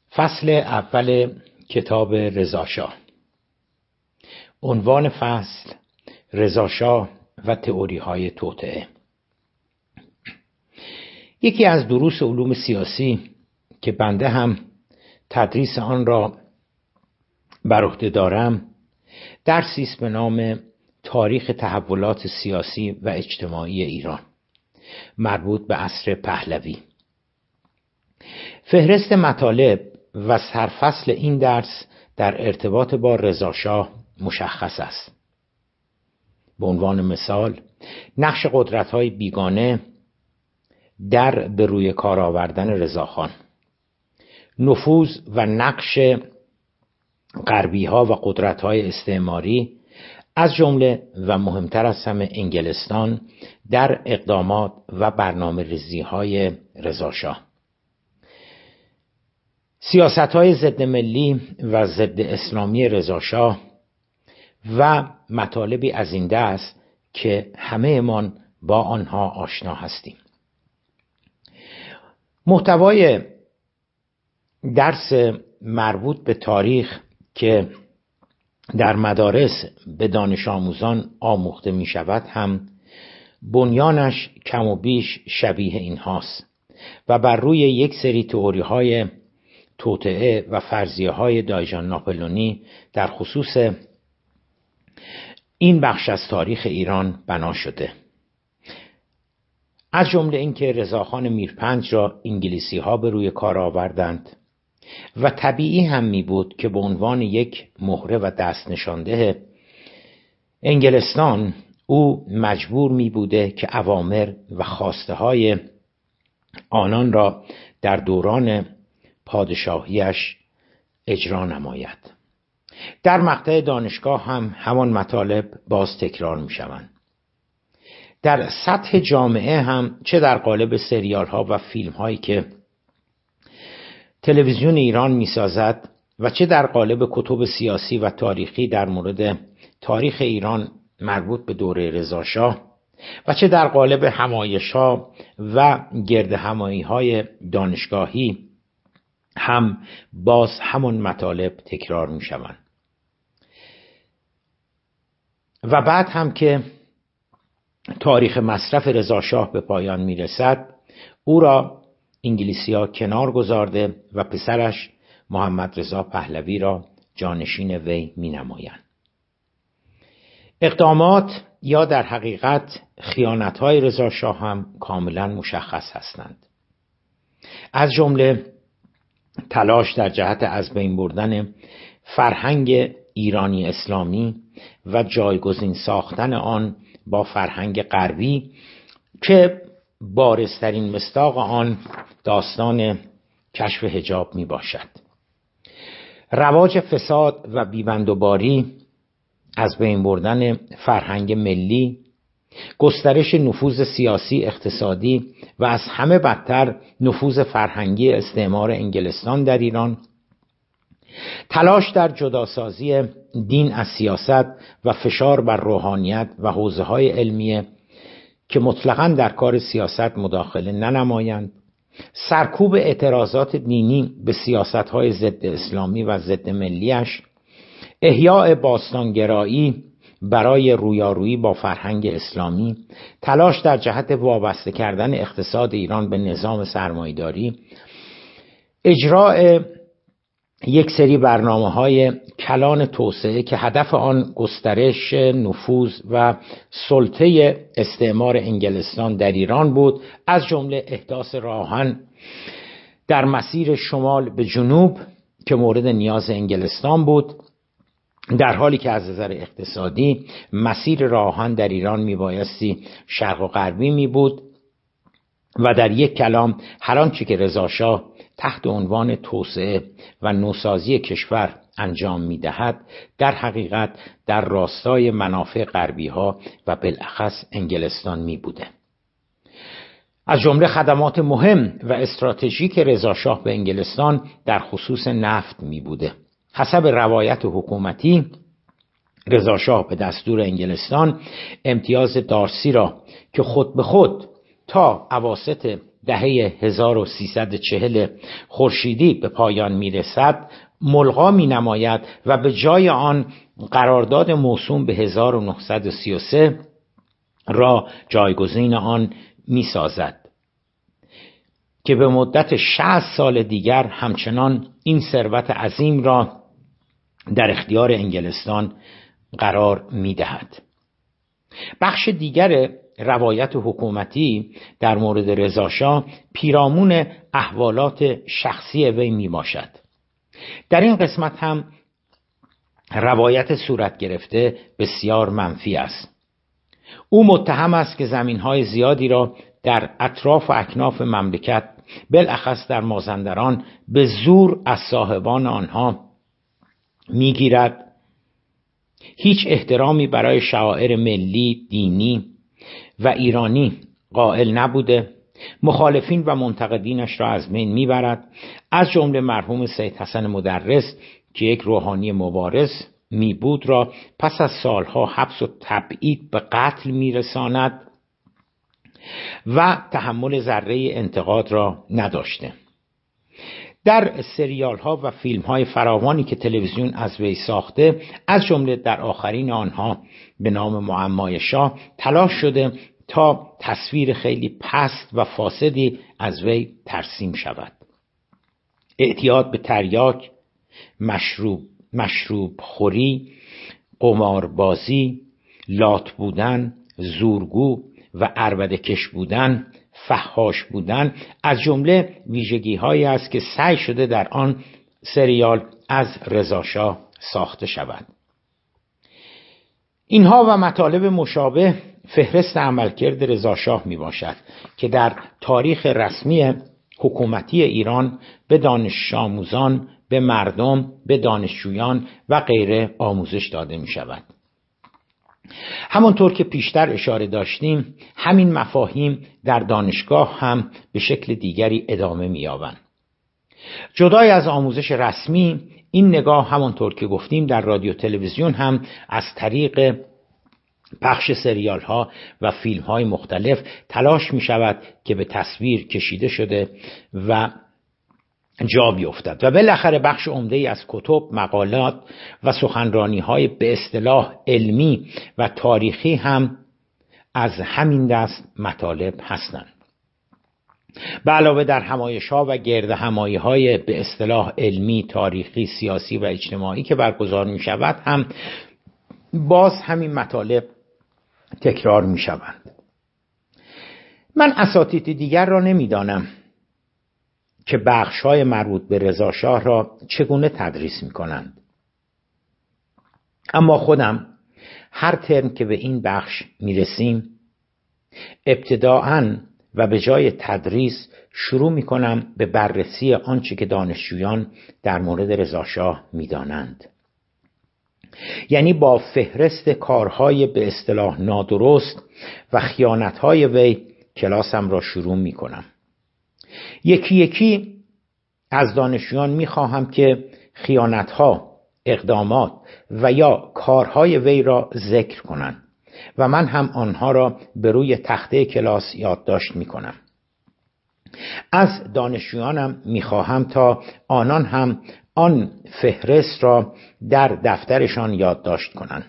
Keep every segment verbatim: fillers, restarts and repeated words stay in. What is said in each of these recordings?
فصل اول کتاب رضاشاه. عنوان فصل: رضاشاه و تئوری‌های توطئه. یکی از دروس علوم سیاسی که بنده هم تدریس آن را بر عهده دارم، درسی است به نام تاریخ تحولات سیاسی و اجتماعی ایران مربوط به عصر پهلوی. فهرست مطالب و سرفصل این درس در ارتباط با رضاشاه مشخص است. به عنوان مثال، نقش قدرت‌های بیگانه در به روی کار آوردن رضاخان، نفوذ و نقش غربی‌ها و قدرت‌های استعماری از جمله و مهمتر از همه انگلستان در اقدامات و برنامه‌ریزی‌های رضاشاه، سیاست‌های ضد ملی و ضد اسلامی رضاشاه و مطالبی از این دست که همه‌مان با آنها آشنا هستیم. محتوای درس مربوط به تاریخ که در مدارس به دانش آموزان آموخته می شود هم بنیانش کم و بیش شبیه این هاست و بر روی یک سری تئوری های توطئه و فرضیه های دایجان ناپلئونی در خصوص این بخش از تاریخ ایران بنا شده، از جمله اینکه رضاخان میرپنج را انگلیسی ها به روی کار آوردند و طبیعی هم می بود که به عنوان یک مهره و دست نشانده انگلستان او مجبور می بوده که اوامر و خواسته های آنان را در دوران پادشاهیش اجرا نماید. در مقطع دانشگاه هم همان مطالب باز تکرار می شوند. در سطح جامعه هم چه در قالب سریال ها و فیلم هایی که تلویزیون ایران می سازد و چه در قالب کتب سیاسی و تاریخی در مورد تاریخ ایران مربوط به دوره رضاشاه و چه در قالب همایش‌ها و گرد همایی‌های دانشگاهی هم باز همان مطالب تکرار می شوند. و بعد هم که تاریخ مصرف رضاشاه به پایان می رسد، او را انگلیسی‌ها کنار گذارده و پسرش محمد رضا پهلوی را جانشین وی می نمایند. اقدامات یا در حقیقت خیانت‌های رضاشاه هم کاملا مشخص هستند، از جمله تلاش در جهت از بین بردن فرهنگ ایرانی اسلامی و جایگزین ساختن آن با فرهنگ غربی که بارزترین مصداق آن داستان کشف حجاب می باشد. رواج فساد و بیبندوباری، از بین بردن فرهنگ ملی، گسترش نفوذ سیاسی اقتصادی و از همه بدتر نفوذ فرهنگی استعمار انگلستان در ایران، تلاش در جداسازی دین از سیاست و فشار بر روحانیت و حوزه‌های علمیه که مطلقاً در کار سیاست مداخله ننمایند، سرکوب اعتراضات دینی به سیاست‌های ضد اسلامی و ضد ملیش، احیاء باستانگرایی برای رویارویی با فرهنگ اسلامی، تلاش در جهت وابسته کردن اقتصاد ایران به نظام سرمایه‌داری، اجراء یک سری برنامه‌های کلان توسعه که هدف آن گسترش نفوذ و سلطه استعمار انگلستان در ایران بود، از جمله احداث راه‌آهن در مسیر شمال به جنوب که مورد نیاز انگلستان بود، در حالی که از نظر اقتصادی مسیر راه‌آهن در ایران میبایستی شرق و غربی می بود و در یک کلام هر آنچه که رضاشاه تحت عنوان توسعه و نوسازی کشور انجام میدهد در حقیقت در راستای منافع غربی ها و بالاخص انگلستان می بوده. از جمله خدمات مهم و استراتژیک رضاشاه به انگلستان در خصوص نفت می بوده. حسب روایت حکومتی، رضاشاه به دستور انگلستان امتیاز دارسی را که خود به خود تا اواسط دهه هزار و سیصد و چهل خورشیدی به پایان میرسد ملغا می نماید و به جای آن قرارداد موسوم به هزار و نهصد و سی و سه را جایگزین آن می سازد که به مدت شصت سال دیگر همچنان این ثروت عظیم را در اختیار انگلستان قرار می دهد. بخش دیگر روایت حکومتی در مورد رضا شاه پیرامون احوالات شخصی وی می باشد. در این قسمت هم روایت صورت گرفته بسیار منفی است. او متهم است که زمین‌های زیادی را در اطراف و اکناف مملکت بالاخص در مازندران به زور از صاحبان آنها میگیرد، هیچ احترامی برای شعائر ملی، دینی و ایرانی قائل نبوده، مخالفین و منتقدینش را از بین میبرد، از جمله مرحوم سید حسن مدرس که یک روحانی مبارز می بود را پس از سالها حبس و تبعید به قتل میرساند و تحمل ذره انتقاد را نداشته. در سریال ها و فیلم های فراوانی که تلویزیون از وی ساخته، از جمله در آخرین آنها به نام معمای شاه، تلاش شده تا تصویر خیلی پست و فاسدی از وی ترسیم شود. اعتیاد به تریاک، مشروب مشروب خوری، قماربازی، لات بودن، زورگو و عربده کش بودن، فحاش بودن از جمله ویژگی هایی است که سعی شده در آن سریال از رضا شاه ساخته شود. اینها و مطالب مشابه فهرست عملکرد رضا شاه می باشد که در تاریخ رسمی حکومتی ایران به دانش آموزان، به مردم، به دانشجویان و غیره آموزش داده می شود. همانطور که پیشتر اشاره داشتیم، همین مفاهیم در دانشگاه هم به شکل دیگری ادامه می یابند. جدای از آموزش رسمی، این نگاه همانطور که گفتیم در رادیو تلویزیون هم از طریق پخش سریال ها و فیلم های مختلف تلاش می شود که به تصویر کشیده شده و جا بیفتد و بالاخره بخش عمده‌ای از کتب، مقالات و سخنرانی‌های به اصطلاح علمی و تاریخی هم از همین دست مطالب هستند. به علاوه در همایش‌ها و گرد همایی‌های به اصطلاح علمی، تاریخی، سیاسی و اجتماعی که برگزار می‌شود هم باز همین مطالب تکرار می‌شوند. من اساتید دیگر را نمی‌دانم که بخش‌های مربوط به رضا شاه را چگونه تدریس می‌کنند. اما خودم هر ترم که به این بخش می‌رسیم، ابتداءً و به جای تدریس شروع می‌کنم به بررسی آنچه که دانشجویان در مورد رضا شاه می‌دانند. یعنی با فهرست کارهای به اصطلاح نادرست و خیانت‌های وی کلاسم را شروع می‌کنم. یکی یکی از دانشجویان میخواهم که خیانتها، اقدامات و یا کارهای وی را ذکر کنند و من هم آنها را به روی تخته کلاس یادداشت میکنم. از دانشجویانم میخواهم تا آنان هم آن فهرست را در دفترشان یادداشت کنند.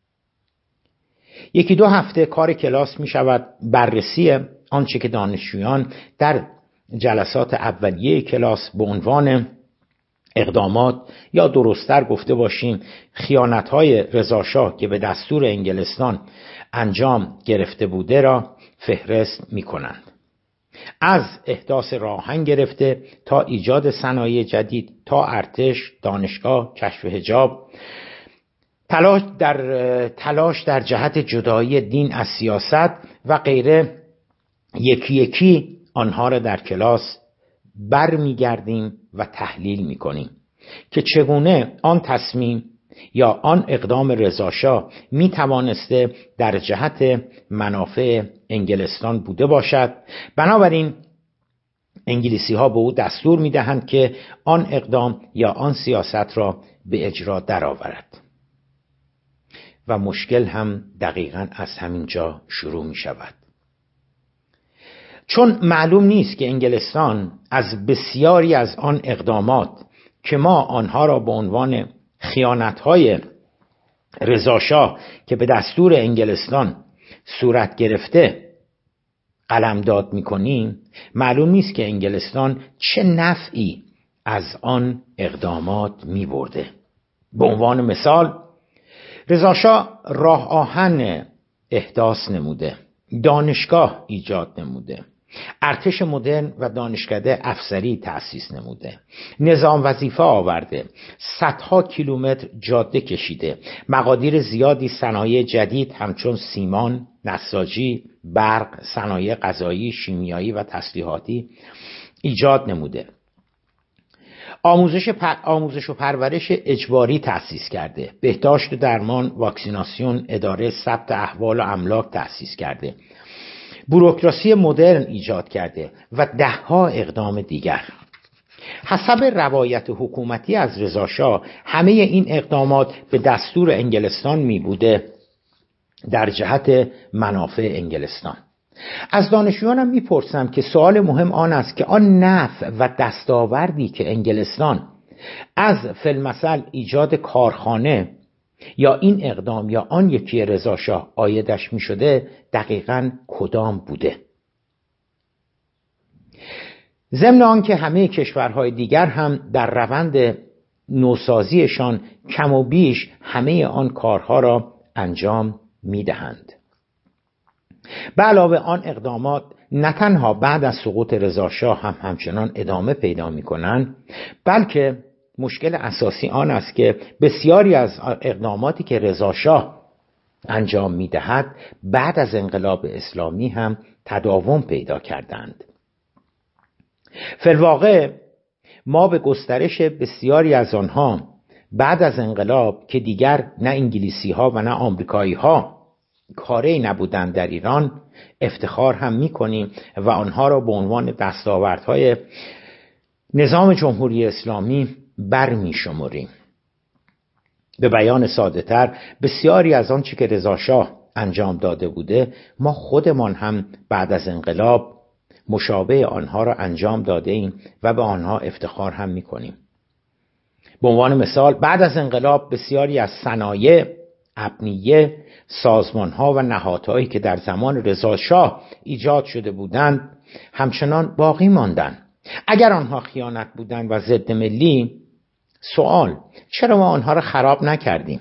یکی دو هفته کار کلاس میشود بررسی آنچه که دانشجویان در جلسات اولیه کلاس به عنوان اقدامات یا درست‌تر گفته باشیم خیانت‌های رضا شاه که به دستور انگلستان انجام گرفته بوده را فهرست می‌کنند. از احداث راهن گرفته تا ایجاد صنایع جدید، تا ارتش، دانشگاه، کشف حجاب، تلاش در تلاش در جهت جدایی دین از سیاست و غیره، یکی یکی آنها را در کلاس بر میگردیم و تحلیل میکنیم که چگونه آن تصمیم یا آن اقدام رضا شاه می توانسته در جهت منافع انگلستان بوده باشد. بنابراین انگلیسی ها به او دستور می دهند که آن اقدام یا آن سیاست را به اجرا درآورد و مشکل هم دقیقاً از همین جا شروع می شود. چون معلوم نیست که انگلستان از بسیاری از آن اقدامات که ما آنها را به عنوان خیانت‌های رضاشاه که به دستور انگلستان صورت گرفته قلمداد می‌کنیم، معلوم نیست که انگلستان چه نفعی از آن اقدامات می‌برده. به عنوان مثال، رضاشاه راه آهن احداث نموده، دانشگاه ایجاد نموده، ارتش مدرن و دانشکده افسری تأسیس نموده، نظام وظیفه آورده، صدها کیلومتر جاده کشیده، مقادیر زیادی صنایع جدید همچون سیمان، نساجی، برق، صنایع غذایی، شیمیایی و تسلیحاتی ایجاد نموده، آموزش, پر... آموزش و پرورش اجباری تأسیس کرده، بهداشت و درمان، واکسیناسیون، اداره ثبت احوال و املاک تأسیس کرده، بوروکراسی مدرن ایجاد کرده و دهها اقدام دیگر. حسب روایت حکومتی از رضاشاه همه این اقدامات به دستور انگلستان می بوده در جهت منافع انگلستان. از دانشجویانم میپرسم که سوال مهم آن است که آن نفع و دستاوردی که انگلستان از فی‌المثل ایجاد کارخانه یا این اقدام یا آن یکی رضاشاه عایدش میشده دقیقاً کدام بوده؟ ضمن آن که همه کشورهای دیگر هم در روند نوسازیشان کم و بیش همه آن کارها را انجام میدهند. به علاوه آن اقدامات نه تنها بعد از سقوط رضاشاه هم همچنان ادامه پیدا می‌کنند، بلکه مشکل اساسی آن است که بسیاری از اقداماتی که رضاشاه انجام می‌دهد بعد از انقلاب اسلامی هم تداوم پیدا کردند. فی‌الواقع ما به گسترش بسیاری از آنها بعد از انقلاب که دیگر نه انگلیسی‌ها و نه آمریکایی‌ها کاری نبودند در ایران افتخار هم می‌کنیم و آنها را به عنوان دستاوردهای نظام جمهوری اسلامی برمی‌شمریم. به بیان ساده‌تر، بسیاری از آن چی که رضاشاه انجام داده بوده ما خودمان هم بعد از انقلاب مشابه آنها را انجام داده ایم و به آنها افتخار هم می‌کنیم. به عنوان مثال بعد از انقلاب بسیاری از صنایع، ابنیه، سازمان‌ها و نهادهایی که در زمان رضاشاه ایجاد شده بودند همچنان باقی ماندند. اگر آنها خیانت بودند و ضد ملی، سوال چرا ما آنها را خراب نکردیم؟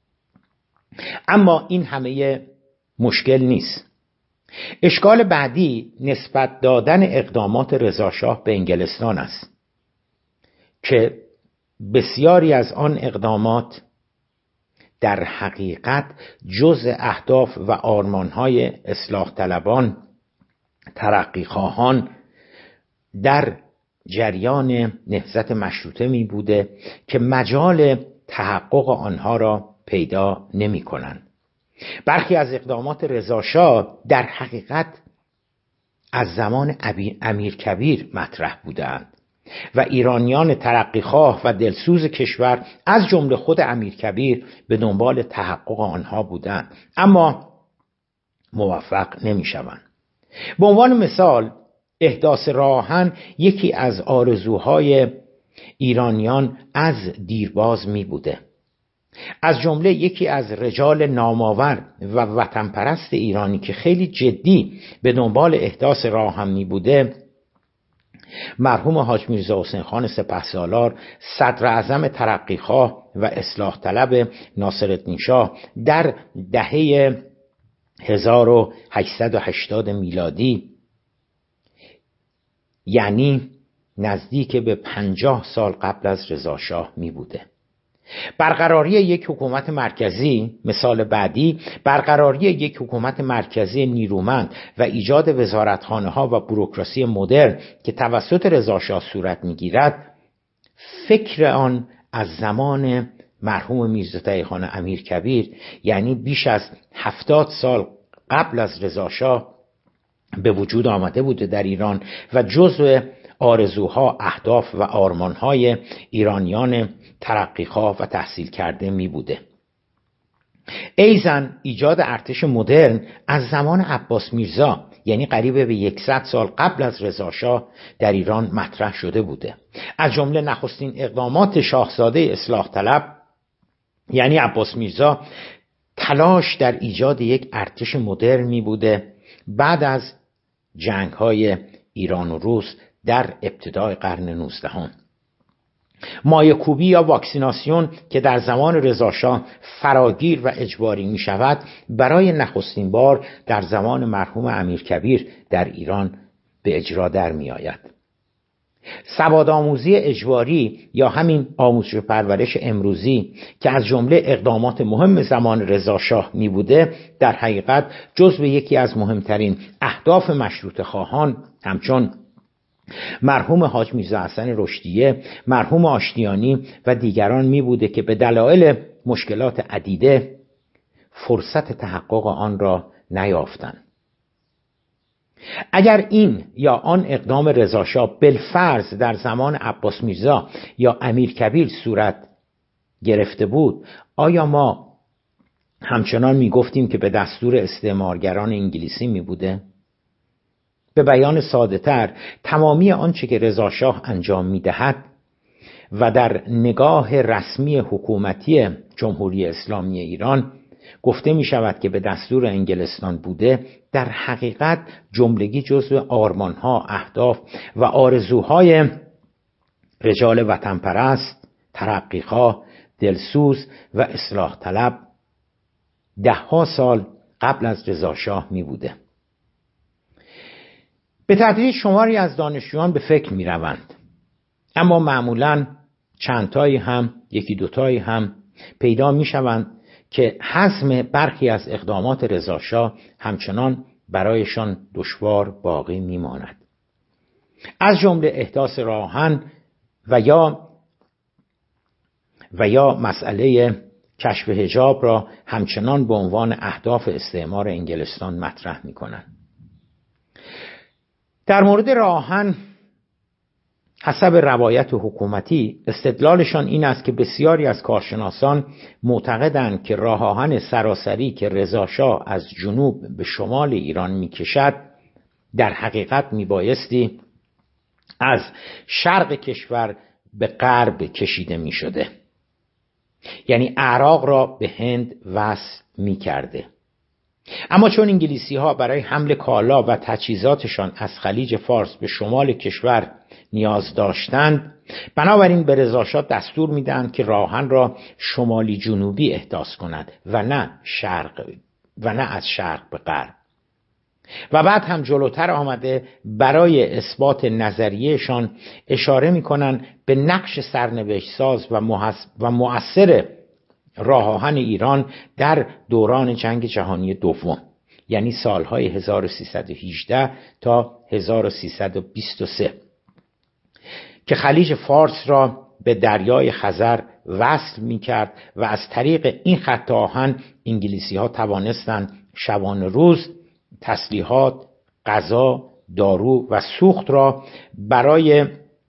اما این همه مشکل نیست. اشکال بعدی نسبت دادن اقدامات رضاشاه به انگلستان است که بسیاری از آن اقدامات در حقیقت جزء اهداف و آرمان‌های اصلاح طلبان، ترقیخواهان در جریان نهضت مشروطه می بوده که مجال تحقق آنها را پیدا نمی کنند. برخی از اقدامات رضاشاه در حقیقت از زمان امیرکبیر مطرح بودند و ایرانیان ترقیخواه و دلسوز کشور از جمله خود امیرکبیر به دنبال تحقق آنها بودند، اما موفق نمی شوند. به عنوان مثال احداث راه آهن یکی از آرزوهای ایرانیان از دیرباز می بوده. از جمله یکی از رجال نامآور و وطن پرست ایرانی که خیلی جدی به دنبال احداث راه آهن می بوده مرحوم حاج میرزا حسین خان سپهسالار، صدر اعظم ترقیخواه و اصلاح طلب ناصرالدین شاه در دهه هزار و هشتصد و هشتاد میلادی، یعنی نزدیک به پنجاه سال قبل از رضاشاه می بوده. برقراری یک حکومت مرکزی، مثال بعدی، برقراری یک حکومت مرکزی نیرومند و ایجاد وزارتخانه ها و بوروکراسی مدرن که توسط رضاشاه صورت میگیرد، فکر آن از زمان مرحوم میرزا تقی‌خان امیرکبیر، یعنی بیش از هفتاد سال قبل از رضاشاه به وجود آمده بوده در ایران و جزو آرزوها، اهداف و آرمانهای ایرانیان ترقیخواه و تحصیل کرده می بوده. ایزن ایجاد ارتش مدرن از زمان عباس میرزا، یعنی قریب به صد سال قبل از رضا شاه در ایران مطرح شده بوده. از جمله نخستین اقدامات شاهزاده اصلاح طلب یعنی عباس میرزا تلاش در ایجاد یک ارتش مدرنی بوده بعد از جنگ‌های ایران و روس در ابتدای قرن نوزدهم. مایه‌کوبی یا واکسیناسیون که در زمان رضا شاه فراگیر و اجباری می شود برای نخستین بار در زمان مرحوم امیرکبیر در ایران به اجرا در می آید. سوادآموزی اجباری یا همین آموزش و پرورش امروزی که از جمله اقدامات مهم زمان رضا شاه می بوده در حقیقت جزو یکی از مهمترین اهداف مشروطه خواهان همچون مرحوم حاج میرزا حسن رشدیه، مرحوم آشتیانی و دیگران می بوده که به دلایل مشکلات عدیده فرصت تحقق آن را نیافتند. اگر این یا آن اقدام رضا شاه بالفرض در زمان عباس میرزا یا امیرکبیر صورت گرفته بود، آیا ما همچنان می گفتیم که به دستور استعمارگران انگلیسی می بوده؟ به بیان ساده تر تمامی آنچه که رضا شاه انجام می دهد و در نگاه رسمی حکومتی جمهوری اسلامی ایران گفته می شود که به دستور انگلستان بوده، در حقیقت جملگی جزو آرمانها، اهداف و آرزوهای رجال وطن پرست، ترقیخواه، دلسوز و اصلاح طلب دهها سال قبل از رضا شاه می بوده. به تدریج شماری از دانشجویان به فکر می روند، اما معمولاً چندتایی هم یکی دوتایی هم پیدا می شوند که حزم برخی از اقدامات رضا شاه همچنان برایشان دشوار باقی می ماند. از جمله احداث راهن و یا و یا مسئله کشف حجاب را همچنان به عنوان اهداف استعمار انگلستان مطرح می کنند. در مورد راهن حسب روایت حکومتی استدلالشان این است که بسیاری از کارشناسان معتقدند که راه آهن سراسری که رضا شاه از جنوب به شمال ایران می‌کشد در حقیقت میبایستی از شرق کشور به غرب کشیده می‌شده، یعنی عراق را به هند وصل می‌کرده. اما چون انگلیسی ها برای حمل کالا و تجهیزاتشان از خلیج فارس به شمال کشور نیاز داشتند، بنابراین به رضا شاه دستور میدهند که راهن را شمالی جنوبی احداث کند و نه شرق و نه از شرق به غرب. و بعد هم جلوتر آمده برای اثبات نظریهشان اشاره میکنند به نقش سرنوشت ساز و و مؤثر راه آهن ایران در دوران جنگ جهانی دوم، یعنی سالهای هزار و سیصد و هجده تا هزار و سیصد و بیست و سه که خلیج فارس را به دریای خزر وصل می کرد و از طریق این خط آهن انگلیسی ها توانستند شبانه روز تسلیحات، غذا، دارو و سوخت را برای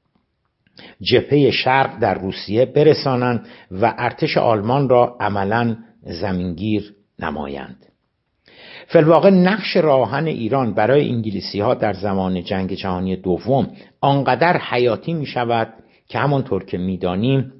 جبهه شرق در روسیه برسانند و ارتش آلمان را عملاً زمینگیر نمایند. فی الواقع نقش راه آهن ایران برای انگلیسی ها در زمان جنگ جهانی دوم آنقدر حیاتی می شود که همانطور که می دانیم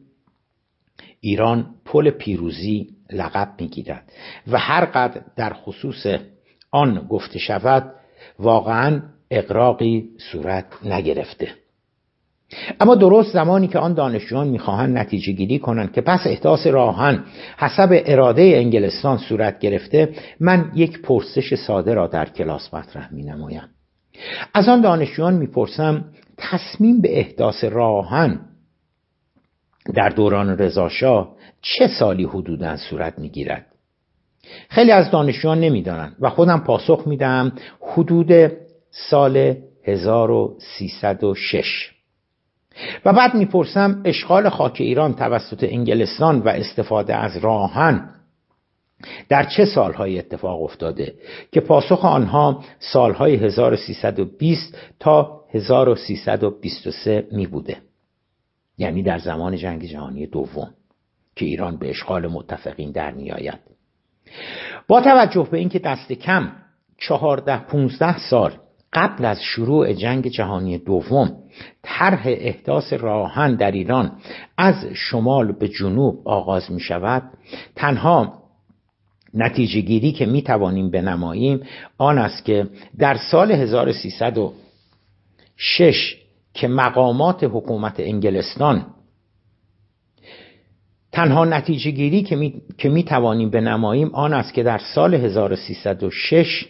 ایران پل پیروزی لقب می گیرد و هر قدر در خصوص آن گفته شود واقعاً اغراقی صورت نگرفته. اما درست زمانی که آن دانشجویان می‌خواهند نتیجه گیری کنند که پس احداث راه آهن حسب اراده انگلستان صورت گرفته، من یک پرسش ساده را در کلاس مطرح می‌نمایم. از آن دانشجویان می‌پرسم تصمیم به احداث راه آهن در دوران رضا شاه چه سالی حدوداً صورت می‌گیرد؟ خیلی از دانشجویان نمی‌دانند و خودم پاسخ می‌دهم حدود سال هزار و سیصد و شش. و بعد میپرسم اشغال خاک ایران توسط انگلستان و استفاده از راه آهن در چه سالهای اتفاق افتاده که پاسخ آنها سالهای هزار و سیصد و بیست تا هزار و سیصد و بیست و سه می بوده، یعنی در زمان جنگ جهانی دوم که ایران به اشغال متفقین در می آید. با توجه به اینکه دست کم چهارده پونزده سال قبل از شروع جنگ جهانی دوم طرح احداث راه آهن در ایران از شمال به جنوب آغاز می شود، تنها نتیجه گیری که می توانیم بنماییم آن است که در سال هزار و سیصد و شش که مقامات حکومت انگلستان تنها نتیجه گیری که می, که می توانیم بنماییم آن است که در سال هزار و سیصد و شش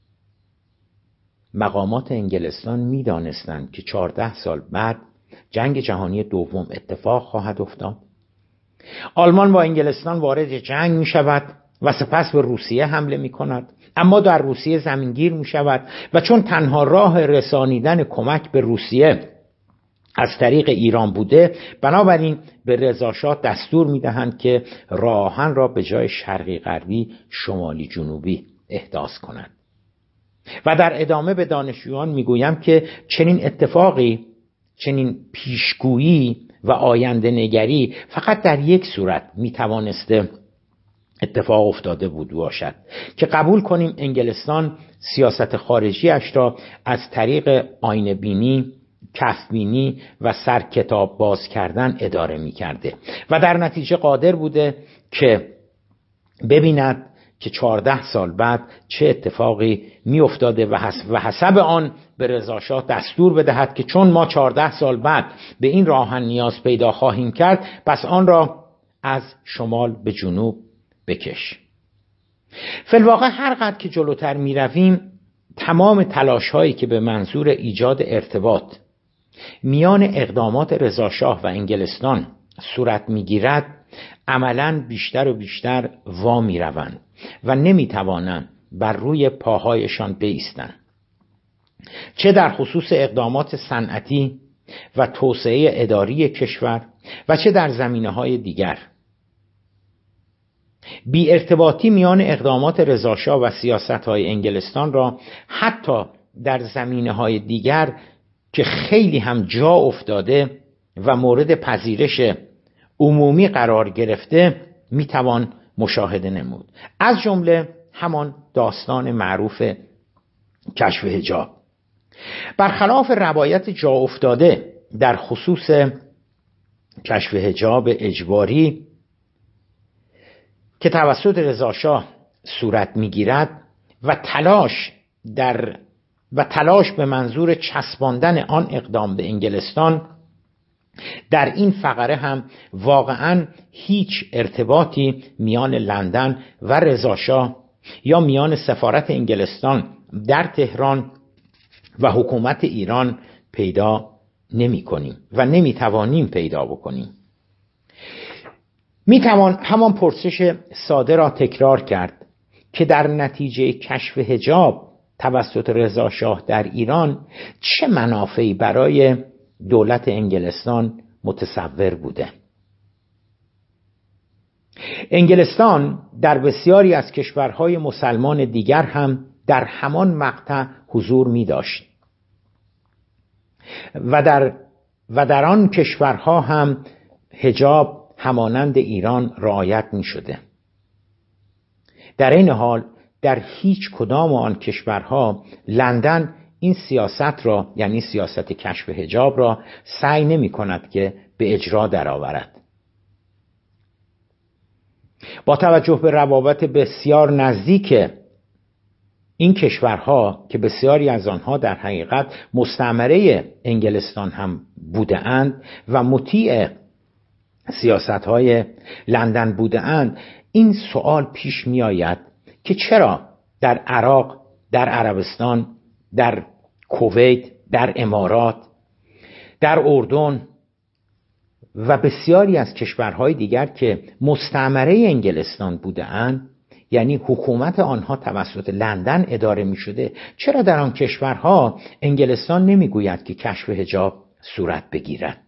مقامات انگلستان می دانستند که چهارده سال بعد جنگ جهانی دوم اتفاق خواهد افتاد. آلمان با انگلستان وارد جنگ می شود و سپس به روسیه حمله می کند، اما در روسیه زمینگیر می شود و چون تنها راه رسانیدن کمک به روسیه از طریق ایران بوده، بنابراین به رضا شاه دستور می دهند که راه آهن را به جای شرقی غربی شمالی جنوبی احداث کنند. و در ادامه به دانشجویان می گویم که چنین اتفاقی، چنین پیشگویی و آینده نگری فقط در یک صورت می توانسته اتفاق افتاده بود باشد که قبول کنیم انگلستان سیاست خارجیش را از طریق آینه بینی، کف بینی و سر کتاب باز کردن اداره می کرده و در نتیجه قادر بوده که ببیند که چهارده سال بعد چه اتفاقی می افتاده و حسب آن به رضا شاه دستور بدهد که چون ما چهارده سال بعد به این راه آهن نیاز پیدا خواهیم کرد، پس آن را از شمال به جنوب بکش. فی‌الواقع هر قدر که جلوتر می رویم تمام تلاش هایی که به منظور ایجاد ارتباط میان اقدامات رضا شاه و انگلستان صورت می گیرد عملاً بیشتر و بیشتر وا می روند و نمی توانند بر روی پاهایشان بایستند، چه در خصوص اقدامات صنعتی و توسعه اداری کشور و چه در زمینه‌های دیگر. بی ارتباطی میان اقدامات رضا شاه و سیاست‌های انگلستان را حتی در زمینه‌های دیگر که خیلی هم جا افتاده و مورد پذیرش عمومی قرار گرفته میتوان مشاهده نمود، از جمله همان داستان معروف کشف حجاب. برخلاف روایت جا افتاده در خصوص کشف حجاب اجباری که توسط رضا شاه صورت میگیرد و تلاش در و تلاش به منظور چسباندن آن اقدام به انگلستان، در این فقره هم واقعاً هیچ ارتباطی میان لندن و رضا شاه یا میان سفارت انگلستان در تهران و حکومت ایران پیدا نمی کنیم و نمی توانیم پیدا بکنیم. می توان همان پرسش ساده را تکرار کرد که در نتیجه کشف حجاب توسط رضا شاه در ایران چه منافعی برای دولت انگلستان متصور بوده. انگلستان در بسیاری از کشورهای مسلمان دیگر هم در همان مقطع حضور می داشت و در و در آن کشورها هم حجاب همانند ایران رعایت می شده. در این حال در هیچ کدام آن کشورها لندن این سیاست را، یعنی سیاست کشف حجاب را سعی نمی کند که به اجرا درآورد. با توجه به روابط بسیار نزدیک این کشورها که بسیاری از آنها در حقیقت مستعمره انگلستان هم بوده اند و مطیع سیاست‌های لندن بوده اند، این سوال پیش می آید که چرا در عراق، در عربستان، در کویت، در امارات، در اردن و بسیاری از کشورهای دیگر که مستعمره انگلستان بوده اند، یعنی حکومت آنها توسط لندن اداره می شده، چرا در آن کشورها انگلستان نمی گوید که کشف حجاب صورت بگیرد؟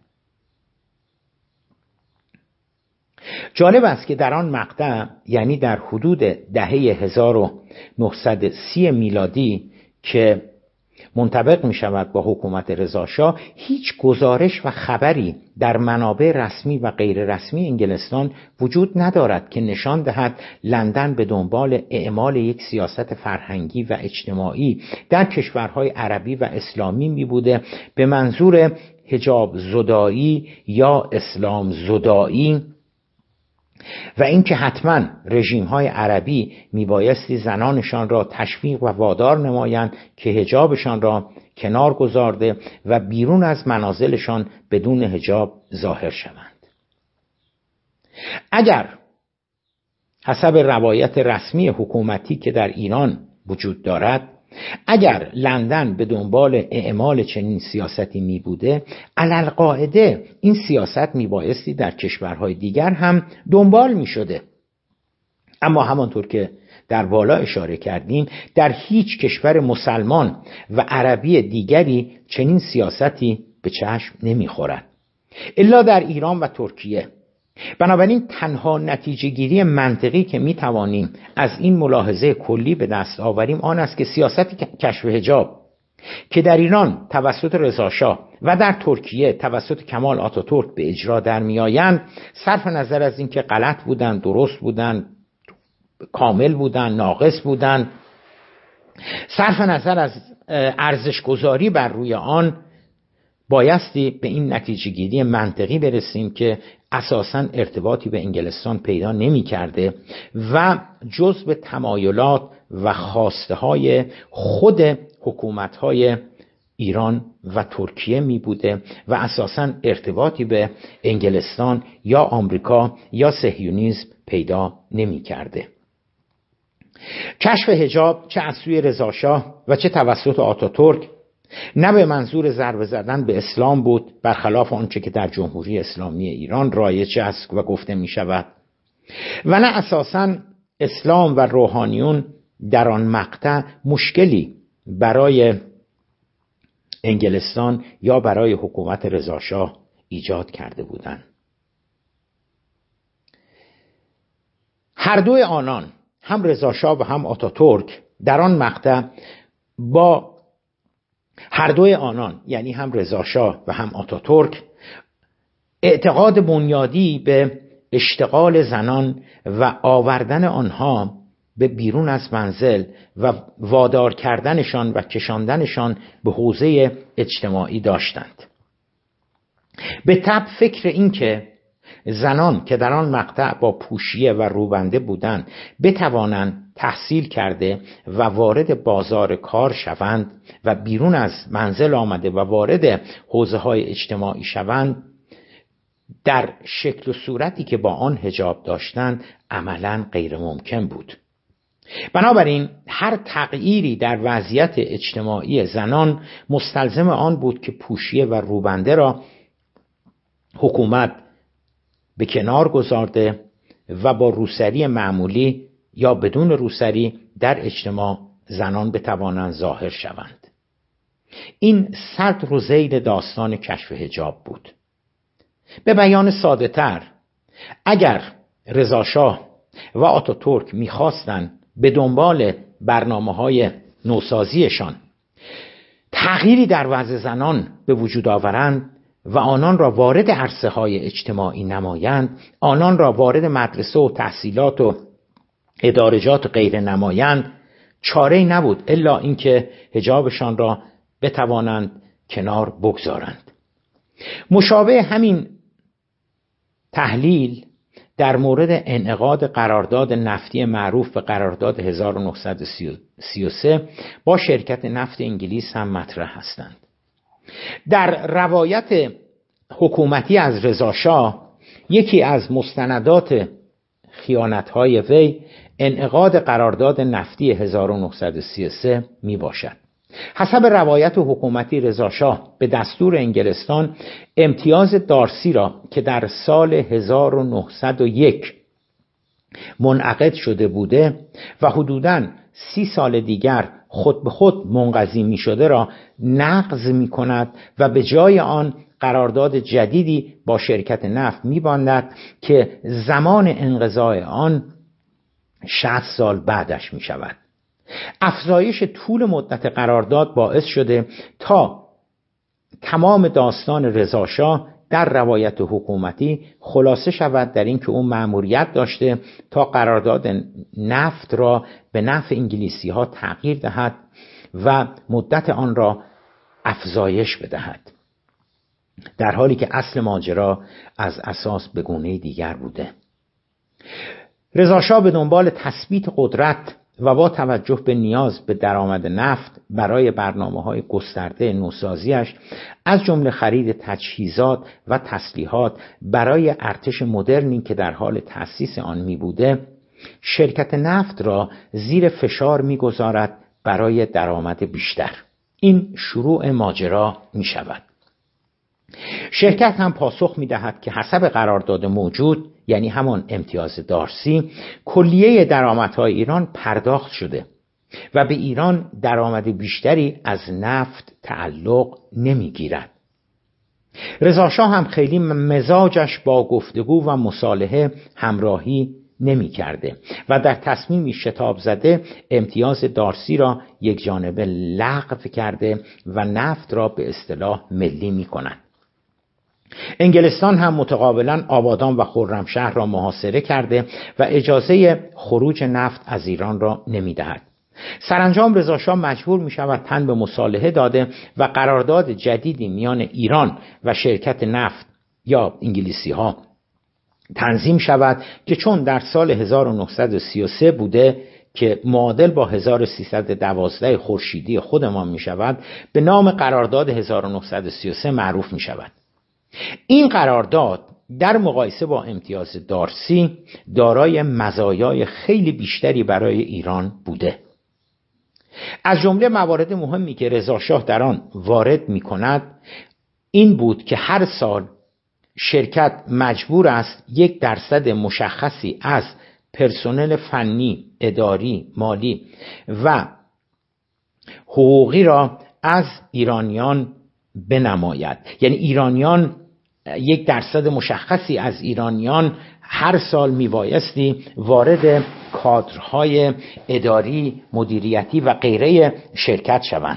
جالب است که در آن مقطع، یعنی در حدود دهه هزار و نهصد و سی میلادی که منطبق می شود با حکومت رضاشاه، هیچ گزارش و خبری در منابع رسمی و غیر رسمی انگلستان وجود ندارد که نشان دهد لندن به دنبال اعمال یک سیاست فرهنگی و اجتماعی در کشورهای عربی و اسلامی می بوده به منظور حجاب زدایی یا اسلام زدایی، و اینکه حتما رژیم‌های عربی میبایستی زنانشان را تشویق و وادار نمایند که حجابشان را کنار گذارده و بیرون از منازلشان بدون حجاب ظاهر شوند. اگر حسب روایت رسمی حکومتی که در ایران وجود دارد، اگر لندن به دنبال اعمال چنین سیاستی می بوده، علالقاعده این سیاست می بایستی در کشورهای دیگر هم دنبال می شده. اما همانطور که در بالا اشاره کردیم، در هیچ کشور مسلمان و عربی دیگری چنین سیاستی به چشم نمی خورد الا در ایران و ترکیه. بنابراین تنها نتیجه گیری منطقی که می توانیم از این ملاحظه کلی به دست آوریم آن است که سیاست کشف حجاب که در ایران توسط رضاشاه و در ترکیه توسط کمال آتاتورک به اجرا در می آیند، صرف نظر از اینکه غلط بودن، درست بودن، کامل بودن، ناقص بودن، صرف نظر از ارزش گذاری بر روی آن، بایستی به این نتیجه گیری منطقی برسیم که اساساً ارتباطی به انگلستان پیدا نمی کرده و جزء تمایلات و خواسته های خود حکومت های ایران و ترکیه می بوده و اساساً ارتباطی به انگلستان یا آمریکا یا صهیونیسم پیدا نمی کرده. کشف حجاب چه از سوی رضاشاه و چه توسط آتاتورک نه به منظور ضربه زدن به اسلام بود، برخلاف آنچه که در جمهوری اسلامی ایران رایج است و گفته می شود، و نه اساساً اسلام و روحانیون در آن مقطع مشکلی برای انگلستان یا برای حکومت رضاشاه ایجاد کرده بودند. هر دوی آنان، هم رضاشاه و هم آتاتورک، در آن مقطع با هر دوی آنان یعنی هم رضاشاه و هم آتاتورک اعتقاد بنیادی به اشتغال زنان و آوردن آنها به بیرون از منزل و وادار کردنشان و کشاندنشان به حوزه اجتماعی داشتند. به طبع فکر این که زنان که در آن مقطع با پوشیه و روبنده بودند بتوانند تحصیل کرده و وارد بازار کار شوند و بیرون از منزل آمده و وارد حوزه های اجتماعی شوند، در شکل و صورتی که با آن حجاب داشتند عملاً غیر ممکن بود. بنابراین هر تغییری در وضعیت اجتماعی زنان مستلزم آن بود که پوشیه و روبنده را حکومت به کنار گذارده و با روسری معمولی یا بدون روسری در اجتماع زنان بتوانند ظاهر شوند. این صدر و ذیل داستان کشف حجاب بود. به بیان ساده تر، اگر رضاشاه و آتاتورک میخواستند به دنبال برنامه‌های نوسازیشان تغییری در وضع زنان به وجود آورند و آنان را وارد عرصه های اجتماعی نمایند، آنان را وارد مدرسه و تحصیلات و ادارجات غیر نمایند، چاره‌ای نبود الا اینکه حجابشان را بتوانند کنار بگذارند. مشابه همین تحلیل در مورد انعقاد قرارداد نفتی معروف به قرارداد هزار و نهصد و سی و سه با شرکت نفت انگلیس هم مطرح هستند. در روایت حکومتی از رضاشاه یکی از مستندات خیانت‌های وی انعقاد قرارداد نفتی هزار و نهصد و سی و سه می باشد. حسب روایت حکومتی رضاشاه به دستور انگلستان امتیاز دارسی را که در سال هزار و نهصد و یک منعقد شده بوده و حدوداً سی سال دیگر خود به خود منقضی می شده را نقض می کند و به جای آن قرارداد جدیدی با شرکت نفت می باندد که زمان انقضای آن شصت سال بعدش می شود. افزایش طول مدت قرارداد باعث شده تا تمام داستان رضاشاه در روایت حکومتی خلاصه شود در این که او مأموریت داشته تا قرارداد نفت را به نفع انگلیسی ها تغییر دهد و مدت آن را افزایش بدهد، در حالی که اصل ماجرا از اساس به گونه دیگر بوده. رضاشاه به دنبال تثبیت قدرت و با توجه به نیاز به درآمد نفت برای برنامه‌های گسترده نوسازیش، از جمله خرید تجهیزات و تسلیحات برای ارتش مدرنی که در حال تأسیس آن می‌بوده، شرکت نفت را زیر فشار می‌گذارد برای درآمد بیشتر. این شروع ماجرا می‌شود. شرکت هم پاسخ می‌دهد که حسب قرارداد موجود، یعنی همان امتیاز دارسی، کلیه درآمدهای ایران پرداخت شده و به ایران درآمد بیشتری از نفت تعلق نمی‌گیرد. رضاشاه هم خیلی مزاجش با گفتگو و مصالحه همراهی نمی کرده و در تصمیمی شتاب زده امتیاز دارسی را یک جانبه لغو کرده و نفت را به اصطلاح ملی می کند. انگلستان هم متقابلا آبادان و خرمشهر را محاصره کرده و اجازه خروج نفت از ایران را نمی دهد. سرانجام رضاشاه مجبور می شود تن به مصالحه داده و قرارداد جدیدی میان ایران و شرکت نفت یا انگلیسی ها تنظیم شود که چون در سال هزار و نهصد و سی و سه بوده که معادل با هزار و سیصد و دوازده خورشیدی خودمان می شود، به نام قرارداد هزار و نهصد و سی و سه معروف می شود. این قرارداد در مقایسه با امتیاز دارسی دارای مزایای خیلی بیشتری برای ایران بوده. از جمله موارد مهمی که رضاشاه در آن وارد می کند این بود که هر سال شرکت مجبور است یک درصد مشخصی از پرسنل فنی، اداری، مالی و حقوقی را از ایرانیان بنماید. یعنی ایرانیان یک درصد مشخصی از ایرانیان هر سال میبایستی وارد کادرهای اداری، مدیریتی و غیره شرکت شوند،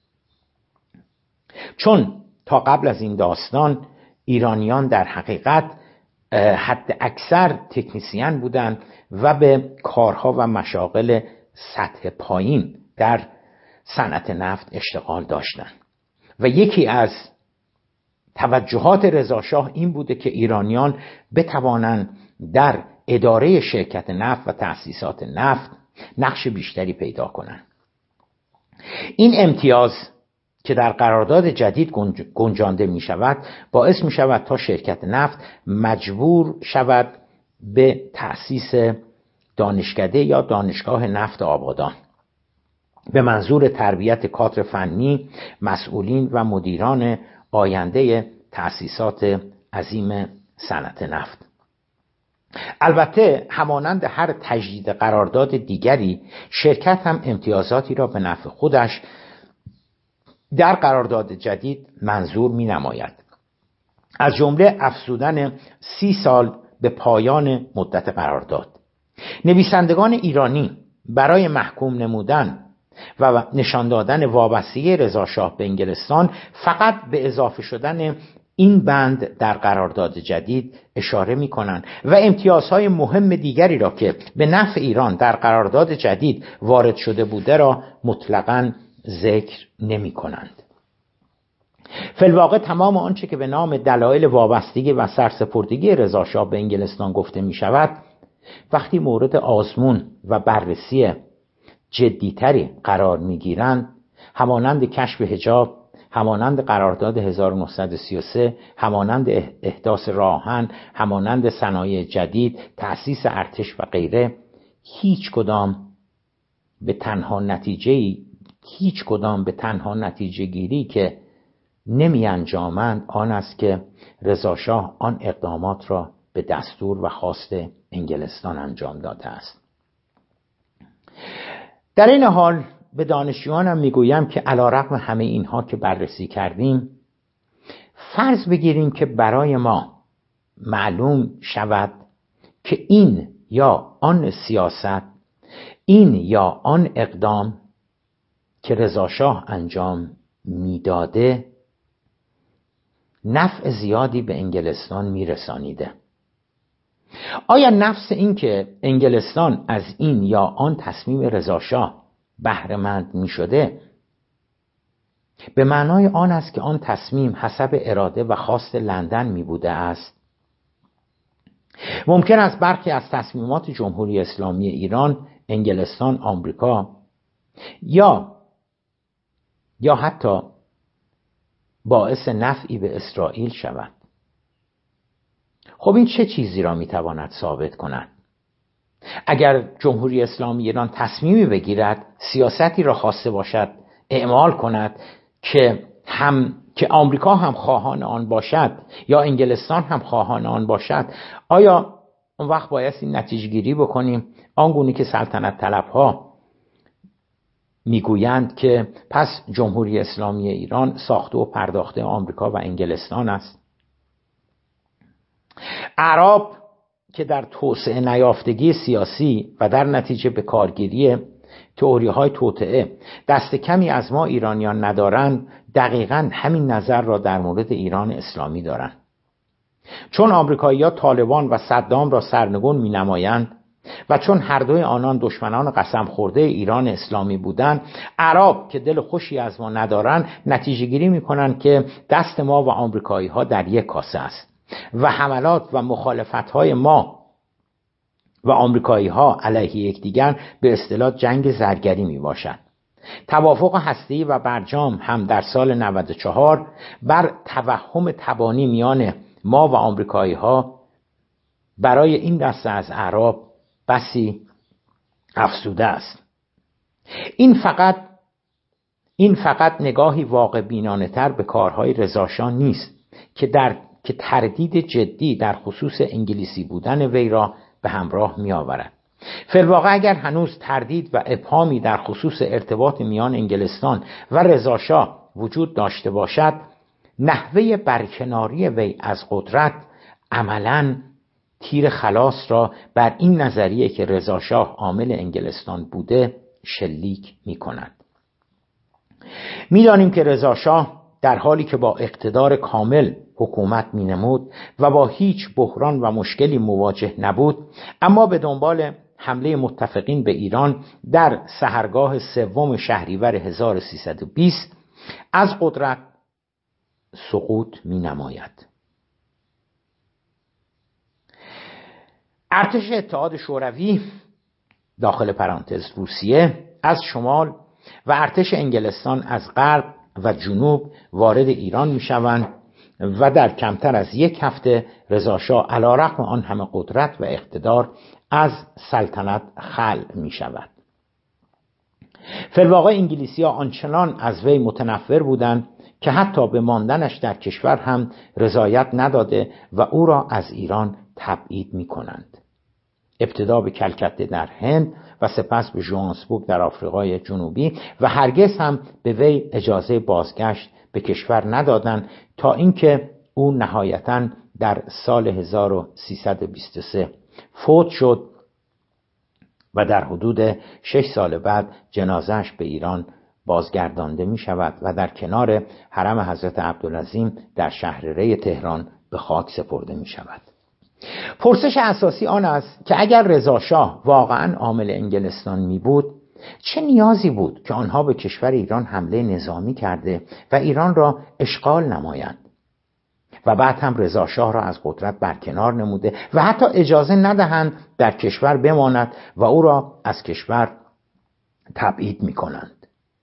چون تا قبل از این داستان ایرانیان در حقیقت حد اکثر تکنیسیان بودند و به کارها و مشاغل سطح پایین در صنعت نفت اشتغال داشتند و یکی از توجهات رضاشاه این بوده که ایرانیان بتوانند در اداره شرکت نفت و تأسیسات نفت نقش بیشتری پیدا کنند. این امتیاز که در قرارداد جدید گنجانده می شود باعث می شود تا شرکت نفت مجبور شود به تأسیس دانشکده یا دانشگاه نفت آبادان به منظور تربیت کادر فنی، مسئولین و مدیران آینده تأسیسات عظیم صنعت نفت. البته همانند هر تجدید قرارداد دیگری، شرکت هم امتیازاتی را به نفع خودش در قرارداد جدید منظور می نماید. از جمله افزودن سی سال به پایان مدت قرارداد. نویسندگان ایرانی برای محکوم نمودن و نشان دادن وابستگی رضاشاه به انگلستان فقط به اضافه شدن این بند در قرارداد جدید اشاره می کنند و امتیازهای مهم دیگری را که به نفع ایران در قرارداد جدید وارد شده بوده را مطلقاً ذکر نمی کنند. فی‌الواقع تمام آنچه که به نام دلایل وابستگی و سرسپردگی رضاشاه به انگلستان گفته می شود، وقتی مورد آزمون و بررسی جدیتری قرار می گیرند، همانند کشف حجاب، همانند قرارداد هزار و نهصد و سی و سه، همانند احداث راهن، همانند صنایع جدید، تأسیس ارتش و غیره، هیچ کدام به تنها نتیجه هیچ کدام به تنها نتیجه گیری که نمی انجامند آن است که رضاشاه آن اقدامات را به دستور و خواست انگلستان انجام داده است. در این حال به دانشجویانم میگویم که علیرغم همه اینها که بررسی کردیم، فرض بگیریم که برای ما معلوم شود که این یا آن سیاست این یا آن اقدام که رضا شاه انجام میداده نفع زیادی به انگلستان میرسانیده. آیا نفس این که انگلستان از این یا آن تصمیم رضا شاه بهره مند می شده به معنای آن است که آن تصمیم حسب اراده و خواست لندن می بوده است؟ ممکن است برخی از تصمیمات جمهوری اسلامی ایران، انگلستان، آمریکا یا یا حتی باعث نفعی به اسرائیل شود. خب این چه چیزی را میتواند ثابت کند؟ اگر جمهوری اسلامی ایران تصمیمی بگیرد، سیاستی را خواسته باشد اعمال کند که هم که آمریکا هم خواهان آن باشد یا انگلستان هم خواهان آن باشد، آیا اون وقت باید این نتیجه گیری بکنیم آنگونه که سلطنت طلبها میگویند که پس جمهوری اسلامی ایران ساخته و پرداخته آمریکا و انگلستان است؟ اعراب که در توسعه نیافتگی سیاسی و در نتیجه به کارگیری تئوری‌های توطئه دست کمی از ما ایرانیان ندارند، دقیقاً همین نظر را در مورد ایران اسلامی دارند. چون آمریکایی‌ها طالبان و صدام را سرنگون می‌نمایند و چون هر دوی آنان دشمنان قسم خورده ایران اسلامی بودند، اعراب که دل خوشی از ما ندارند نتیجه گیری می‌کنند که دست ما و آمریکایی‌ها در یک کاسه است و حملات و مخالفت‌های ما و آمریکایی‌ها علیه یکدیگر به اصطلاح جنگ زرگری میباشد. توافق هسته‌ای و برجام هم در سال نود و چهار بر توهم تبانی میان ما و آمریکایی‌ها برای این دسته از اعراب بسی افسوده است. این فقط این فقط نگاهی واقع بینانه تر به کارهای رضا شاه نیست که در که تردید جدی در خصوص انگلیسی بودن وی را به همراه می آورد. فی‌الواقع اگر هنوز تردید و ابهامی در خصوص ارتباط میان انگلستان و رضا شاه وجود داشته باشد، نحوه برکناری وی از قدرت عملاً تیر خلاص را بر این نظریه که رضا شاه عامل انگلستان بوده شلیک می کند. می دانیم که رضا شاه در حالی که با اقتدار کامل حکومت می نمود و با هیچ بحران و مشکلی مواجه نبود، اما به دنبال حمله متفقین به ایران در سحرگاه سوم شهریور هزار و سیصد و بیست از قدرت سقوط می نماید. ارتش اتحاد شوروی داخل پرانتز روسیه از شمال و ارتش انگلستان از غرب و جنوب وارد ایران می شوند و در کمتر از یک هفته رضا شاه علیرغم آن همه قدرت و اقتدار از سلطنت خلع می شود. فی‌الواقع انگلیسی‌ها آنچنان از وی متنفر بودند که حتی به ماندنش در کشور هم رضایت نداده و او را از ایران تبعید می کنند. ابتدا به کلکته در هند و سپس به ژوهانسبورگ در آفریقای جنوبی و هرگز هم به وی اجازه بازگشت به کشور ندادند تا اینکه او نهایتاً در سال هزار و سیصد و بیست و سه فوت شد و در حدود شش سال بعد جنازه‌اش به ایران بازگردانده می شود و در کنار حرم حضرت عبدالعظیم در شهر ری تهران به خاک سپرده می شود. پرسش اساسی آن است که اگر رضا شاه واقعاً عامل انگلستان می بود، چه نیازی بود که آنها به کشور ایران حمله نظامی کرده و ایران را اشغال نمایند و بعد هم رضا شاه را از قدرت برکنار نموده و حتی اجازه ندهند در کشور بماند و او را از کشور تبعید می کنند.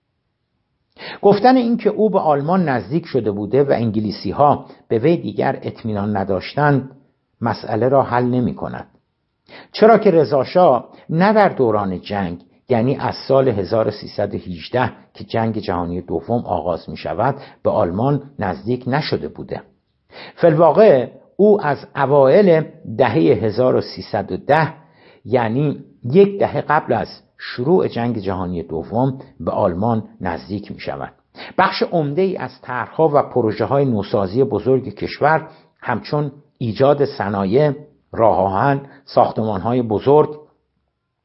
گفتن این که او به آلمان نزدیک شده بوده و انگلیسی ها به وی دیگر اطمینان نداشتند مسئله را حل نمی کند. چرا که رضا شاه نه در دوران جنگ، یعنی از سال هزار و سیصد و هجده که جنگ جهانی دوم آغاز می شود، به آلمان نزدیک نشده بوده. فی‌الواقع او از اوایل دهه هزار و سیصد و ده، یعنی یک دهه قبل از شروع جنگ جهانی دوم، به آلمان نزدیک می شود. بخش عمده ای از طرح‌ها و پروژه های نوسازی بزرگ کشور همچون ایجاد صنایع، راه آهن، ساختمان‌های بزرگ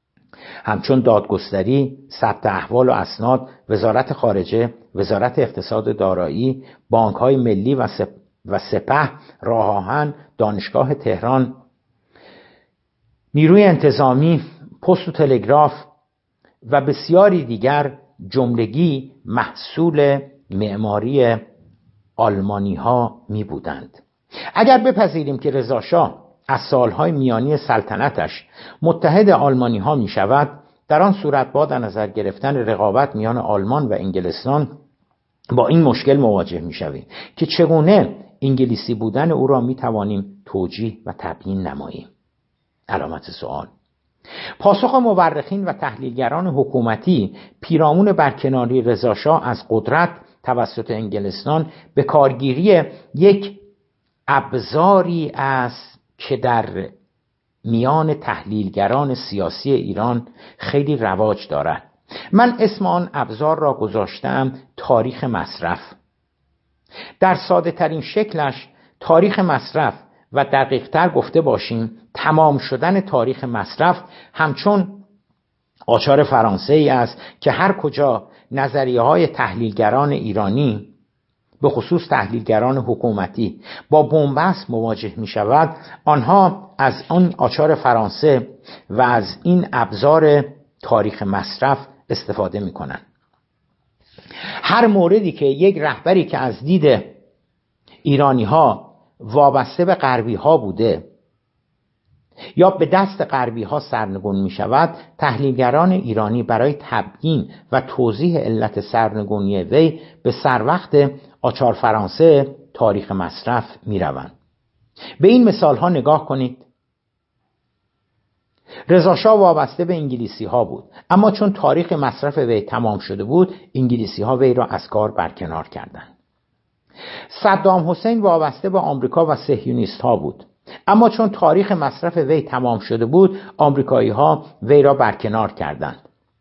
همچون دادگستری، ثبت احوال و اسناد، وزارت خارجه، وزارت اقتصاد دارایی، بانک‌های ملی و سپ... و سپه، راه آهن، دانشگاه تهران، نیروی انتظامی، پست و تلگراف و بسیاری دیگر جملگی محصول معماری آلمانی ها می بودند. اگر بپذیریم که رضا شاه از سالهای میانی سلطنتش متحد آلمانی ها می شود، در آن صورت با در نظر گرفتن رقابت میان آلمان و انگلستان با این مشکل مواجه می شویم که چگونه انگلیسی بودن او را می توانیم توجیه و تبیین نماییم. علامت سوال. پاسخ مورخین و تحلیلگران حکومتی پیرامون برکناری رضا شاه از قدرت توسط انگلستان به کارگیری یک ابزاری است که در میان تحلیلگران سیاسی ایران خیلی رواج دارد. من اسم آن ابزار را گذاشتم تاریخ مصرف. در ساده ترین شکلش تاریخ مصرف و دقیق تر گفته باشیم تمام شدن تاریخ مصرف همچون آچار فرانسه ای است که هر کجا نظریه های تحلیلگران ایرانی به خصوص تحلیلگران حکومتی با بن‌بست مواجه می شود، آنها از آن آچار فرانسه و از این ابزار تاریخ مصرف استفاده می کنند. هر موردی که یک رهبری که از دید ایرانی ها وابسته به غربی ها بوده یا به دست غربی ها سرنگون می شود، تحلیلگران ایرانی برای تبیین و توضیح علت سرنگونی وی به سر وقت آچار فرانسه تاریخ مصرف می روند. به این مثال ها نگاه کنید. رضا شاه وابسته به انگلیسی ها بود، اما چون تاریخ مصرف وی تمام شده بود انگلیسی ها وی را از کار برکنار کردند. صدام حسین وابسته به آمریکا و صهیونیست ها بود، اما چون تاریخ مصرف وی تمام شده بود آمریکایی ها وی را برکنار کردند.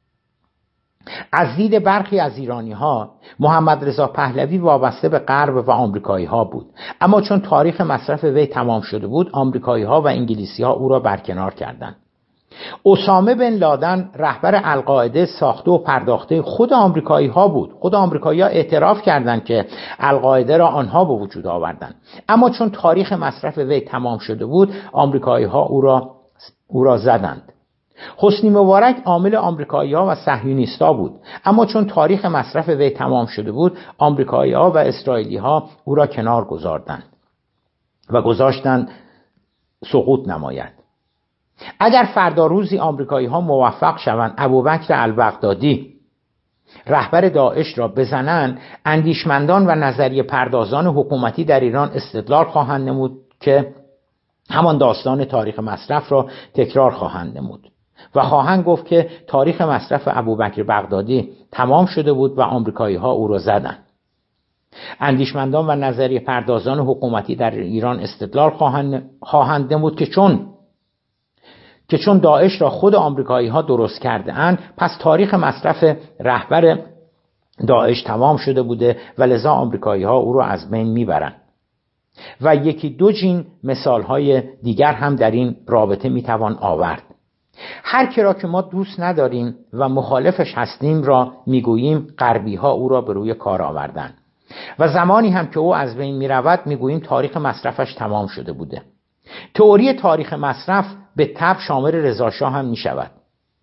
از دید برخی از ایرانی ها محمد رضا پهلوی وابسته به غرب و آمریکایی ها بود، اما چون تاریخ مصرف وی تمام شده بود آمریکایی ها و انگلیسی ها او را برکنار کردند. اسامه بن لادن رهبر القاعده ساخته و پرداخته خود آمریکایی ها بود. خود آمریکایی ها اعتراف کردند که القاعده را آنها به وجود آوردند، اما چون تاریخ مصرف وی تمام شده بود آمریکایی ها او را او را زدند. حسنی مبارک عامل آمریکایی ها و صهیونیستا بود، اما چون تاریخ مصرف وی تمام شده بود آمریکایی ها و اسرائیلی ها او را کنار گذاردند و گذاشتند سقوط نماید. اگر فردا روزی آمریکایی ها موفق شوند ابوبکر البغدادی رهبر داعش را بزنند، اندیشمندان و نظریه پردازان حکومتی در ایران استدلال خواهند نمود که همان داستان تاریخ مصرف را تکرار خواهند نمود و خواهند گفت که تاریخ مصرف ابوبکر بغدادی تمام شده بود و آمریکایی ها او را زدند. اندیشمندان و نظریه پردازان حکومتی در ایران استدلال خواهند خواهند نمود که چون که چون داعش را خود آمریکایی ها درست کرده اند پس تاریخ مصرف رهبر داعش تمام شده بوده و لذا آمریکایی ها او را از بین میبرند. و یکی دو جین مثال های دیگر هم در این رابطه میتوان آورد. هر کی را که ما دوست نداریم و مخالفش هستیم را میگوییم غربی ها او را به روی کار آوردند و زمانی هم که او از بین میرود میگوییم تاریخ مصرفش تمام شده بوده. تئوری تاریخ مصرف به تبع شامل رضا شاه هم می شود.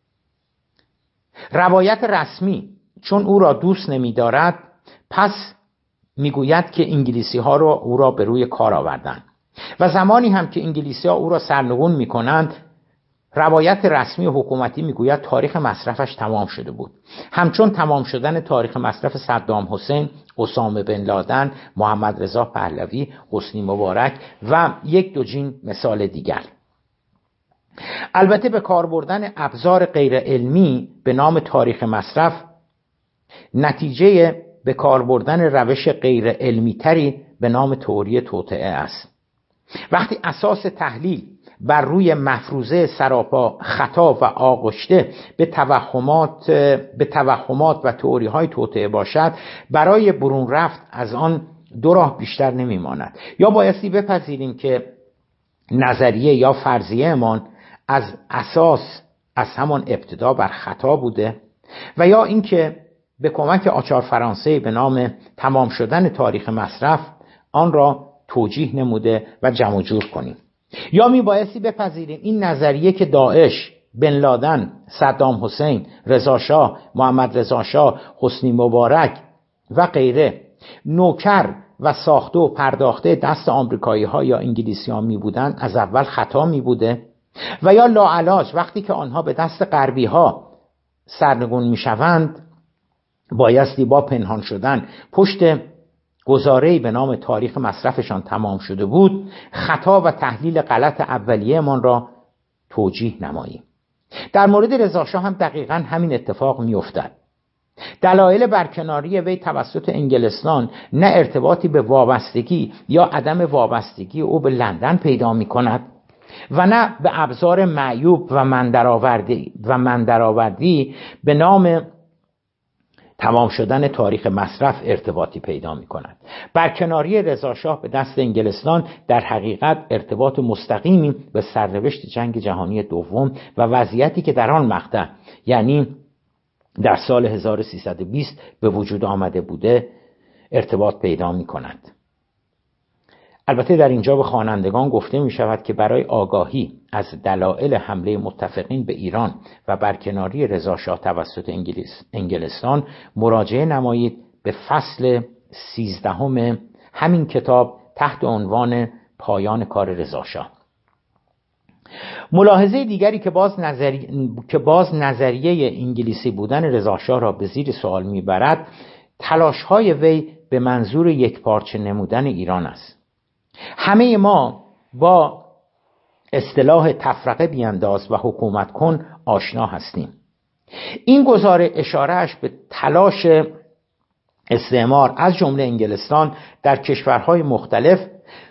روایت رسمی چون او را دوست نمی دارد پس می گوید که انگلیسی ها را او را به روی کار آوردند و زمانی هم که انگلیسی ها او را سرنگون می کنند روایت رسمی حکومتی می گوید تاریخ مصرفش تمام شده بود. همچون تمام شدن تاریخ مصرف صدام حسین، اسامه بن لادن، محمد رضا پهلوی، حسنی مبارک و یک دو جین مثال دیگر. البته به کار بردن ابزار غیر علمی به نام تاریخ مصرف نتیجه به کار بردن روش غیر علمی تری به نام تئوری توطئه است. وقتی اساس تحلیل بر روی مفروضه سراپا خطا و آغشته به توهمات به توهمات و تئوری های توطئه باشد، برای برون رفت از آن دو راه بیشتر نمیماند. یا بایستی بپذیریم که نظریه یا فرضیه امان از اساس از همان ابتدا بر خطا بوده و یا اینکه به کمک آچار فرانسه به نام تمام شدن تاریخ مصرف آن را توجیه نموده و جمع جور کنیم. یا میبایستی بپذیریم این نظریه که داعش، بن لادن، صدام حسین، رضا شاه، محمد رضا شاه، حسنی مبارک و غیره نوکر و ساخته و پرداخته دست آمریکایی ها یا انگلیسی ها می بودن، از اول خطا می بوده و یا لاعلاج وقتی که آنها به دست غربی ها سرنگون می شوند بایستی با پنهان شدن پشت گزاره‌ای به نام تاریخ مصرفشان تمام شده بود خطا و تحلیل غلط اولیه من را توجیه نماییم. در مورد رضا شاه هم دقیقاً همین اتفاق می افتد. دلایل برکناری وی توسط انگلستان نه ارتباطی به وابستگی یا عدم وابستگی او به لندن پیدا می کند و نه به ابزار معیوب و مندرآوردی و مندرآوردی به نام تمام شدن تاریخ مصرف ارتباطی پیدا می کند. برکناری رضا شاه به دست انگلستان در حقیقت ارتباط مستقیمی به سرنوشت جنگ جهانی دوم و وضعیتی که در آن مقطع یعنی در سال هزار و سیصد و بیست به وجود آمده بوده ارتباط پیدا می کند. البته در اینجا به خوانندگان گفته می شود که برای آگاهی از دلایل حمله متفقین به ایران و برکناری رضا شاه توسط انگلیس انگلستان مراجعه نمایید به فصل سیزدهم همین کتاب تحت عنوان پایان کار رضا شاه. ملاحظه دیگری که باز, نظری... که باز نظریه انگلیسی بودن رضا شاه را به زیر سوال میبرد تلاش‌های وی به منظور یکپارچه نمودن ایران است. همه ما با اصطلاح تفرقه بیانداز و حکومت کن آشنا هستیم. این گزاره اشارهش به تلاش استعمار از جمله انگلستان در کشورهای مختلف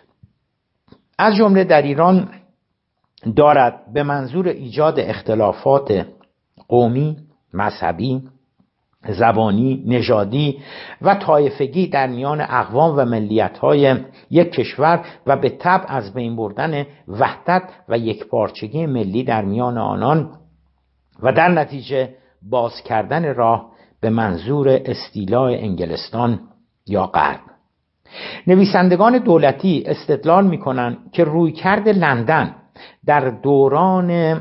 از جمله در ایران دارد به منظور ایجاد اختلافات قومی، مذهبی، زبانی، نژادی و طایفگی در میان اقوام و ملیت‌های یک کشور و به تبع از بین بردن وحدت و یکپارچگی ملی در میان آنان و در نتیجه باز کردن راه به منظور استیلاء انگلستان یا غرب. نویسندگان دولتی استدلال می‌کنند که رویکرد لندن در دوران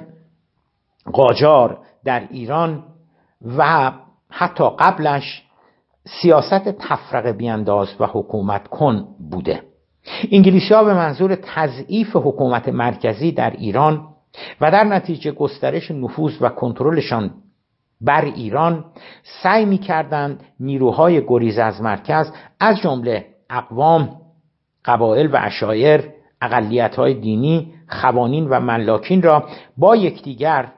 قاجار در ایران و حتی قبلش سیاست تفرقه بیانداز و حکومت کن بوده. انگلیسی ها به منظور تضعیف حکومت مرکزی در ایران و در نتیجه گسترش نفوذ و کنترلشان بر ایران سعی می کردند نیروهای گریز از مرکز از جمله اقوام، قبایل و عشایر، اقلیت‌های دینی، خوانین و ملاکین را با یکدیگر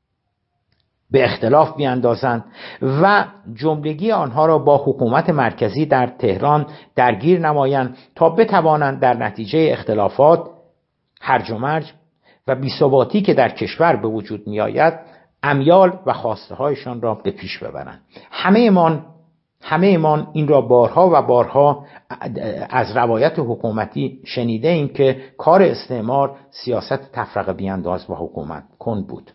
به اختلاف بیاندازند و جملگی آنها را با حکومت مرکزی در تهران درگیر نمایند تا بتوانند در نتیجه اختلافات، هرج و مرج و بی‌ثباتی که در کشور به وجود می آید امیال و خواسته هایشان را به پیش ببرند. همه ایمان همه ایمان این را بارها و بارها از روایت حکومتی شنیده ایم که کار استعمار سیاست تفرقه بیانداز و حکومت کن بود.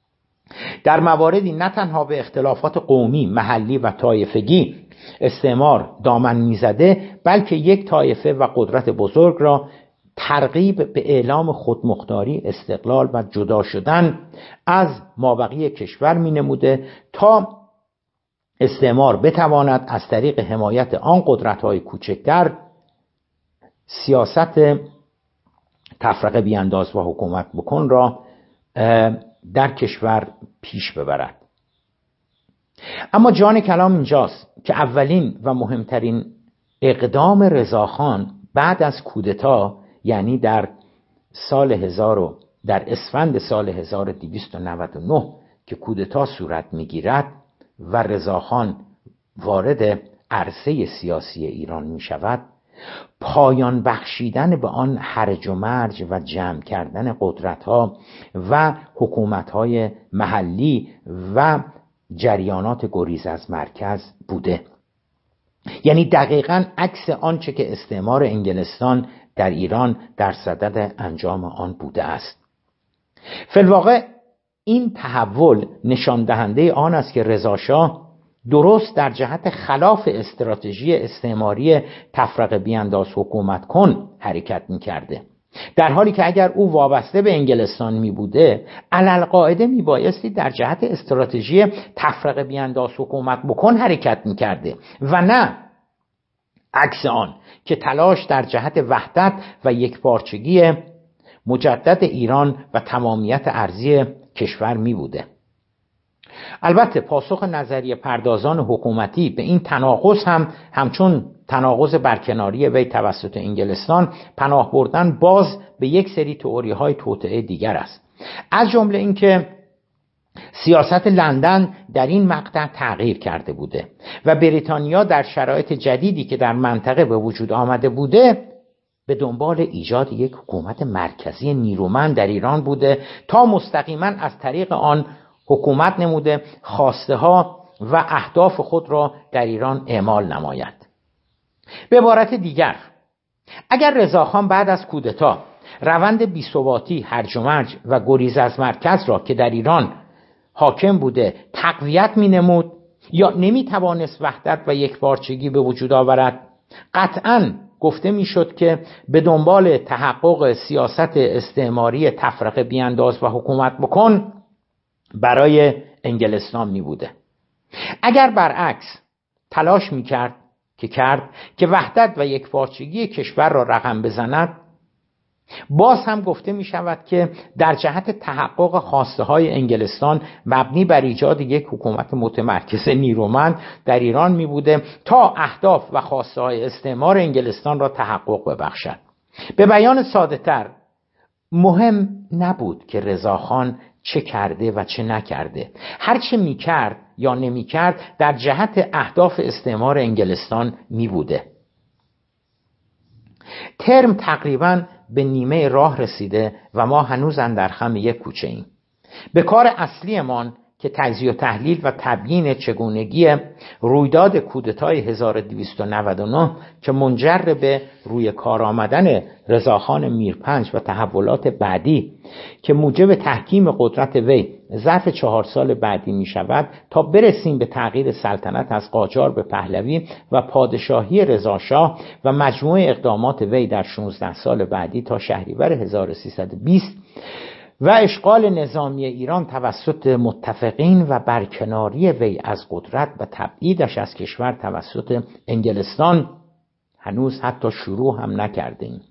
در مواردی نه تنها به اختلافات قومی، محلی و طایفگی استعمار دامن میزده بلکه یک طایفه و قدرت بزرگ را ترغیب به اعلام خودمختاری، استقلال و جدا شدن از مابقی کشور می نموده تا استعمار بتواند از طریق حمایت آن قدرت‌های کوچکتر سیاست تفرقه بیانداز و حکومت بکن را در کشور پیش ببرد. اما جان کلام اینجاست که اولین و مهمترین اقدام رضاخان بعد از کودتا، یعنی در سال هزار در اسفند سال هزار و دویست و نود و نه که کودتا صورت میگیرد و رضاخان وارد عرصه سیاسی ایران می شود، پایان بخشیدن به آن هرج و مرج و جمع کردن قدرت‌ها و حکومت‌های محلی و جریانات گریز از مرکز بوده. یعنی دقیقاً عکس آنچه که استعمار انگلستان در ایران در صدد انجام آن بوده است. فی الواقع این تحول نشان دهنده آن است که رضا شاه درست در جهت خلاف استراتژی استعماری تفرقه بیانداز حکومت کن حرکت می‌کرده، در حالی که اگر او وابسته به انگلستان می بوده علالقاعده می بایستی در جهت استراتژی تفرقه بیانداز حکومت بکن حرکت می کرده و نه عکس آن که تلاش در جهت وحدت و یکپارچگی مجدد ایران و تمامیت ارضی کشور می بوده. البته پاسخ نظریه پردازان حکومتی به این تناقض هم همچون تناقض برکناری وی توسط انگلستان پناه بردن باز به یک سری تئوری های توطئه دیگر است، از جمله اینکه سیاست لندن در این مقطع تغییر کرده بوده و بریتانیا در شرایط جدیدی که در منطقه به وجود آمده بوده به دنبال ایجاد یک حکومت مرکزی نیرومند در ایران بوده تا مستقیما از طریق آن حکومت نموده خواسته ها و اهداف خود را در ایران اعمال نماید. به عبارت دیگر اگر رضاخان بعد از کودتا روند بی‌ثباتی، هرج و مرج و گریز از مرکز را که در ایران حاکم بوده تقویت می نمود یا نمی توانست وحدت و یکپارچگی به وجود آورد، قطعاً گفته می شد که به دنبال تحقق سیاست استعماری تفرقه بیانداز و حکومت بکن برای انگلستان می بوده. اگر برعکس تلاش می کرد که کرد که وحدت و یکپارچگی کشور را رقم بزند، باز هم گفته می شود که در جهت تحقق خواسته های انگلستان مبنی بر ایجاد یک حکومت متمرکز نیرومند در ایران می بوده تا اهداف و خواسته های استعمار انگلستان را تحقق ببخشد. به بیان ساده تر، مهم نبود که رضاخان چه کرده و چه نکرده، هر چه می کرد یا نمی کرد در جهت اهداف استعمار انگلستان می بوده. ترم تقریباً به نیمه راه رسیده و ما هنوز اندر خم یک کوچه ایم. به کار اصلیمان که تجزیه و تحلیل و تبیین چگونگی رویداد کودتای هزار و دویست و نود و نه که منجر به روی کار آمدن رضاخان میرپنج و تحولات بعدی که موجب تحکیم قدرت وی ظرف چهار سال بعدی می شود تا برسیم به تغییر سلطنت از قاجار به پهلوی و پادشاهی رضاشاه و مجموع اقدامات وی در شانزده سال بعدی تا شهریور هزار و سیصد و بیست و اشغال نظامی ایران توسط متفقین و برکناری وی از قدرت و تبعیدش از کشور توسط انگلستان هنوز حتی شروع هم نکردیم.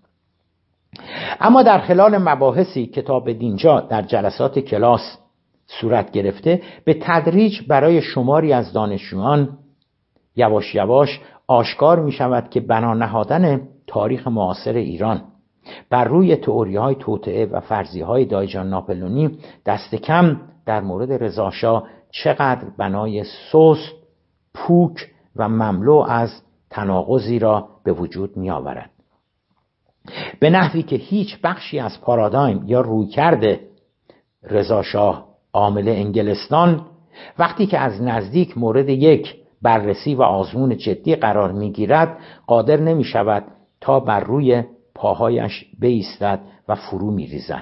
اما در خلال مباحثی که تا به دینجا در جلسات کلاس صورت گرفته به تدریج برای شماری از دانشجویان یواش یواش آشکار می شود که بنا نهادن تاریخ معاصر ایران بر روی تئوری‌های توطئه و فرضیه‌های دایجان ناپلئونی دست کم در مورد رضاشاه چقدر بنای سست، پوک و مملو از تناقضی را به وجود می‌آورد، به نحوی که هیچ بخشی از پارادایم یا رویکرد رضاشاه عامل انگلستان وقتی که از نزدیک مورد یک بررسی و آزمون جدی قرار می‌گیرد قادر نمی‌شود تا بر روی پاهایش بایستد و فرو می‌ریزد.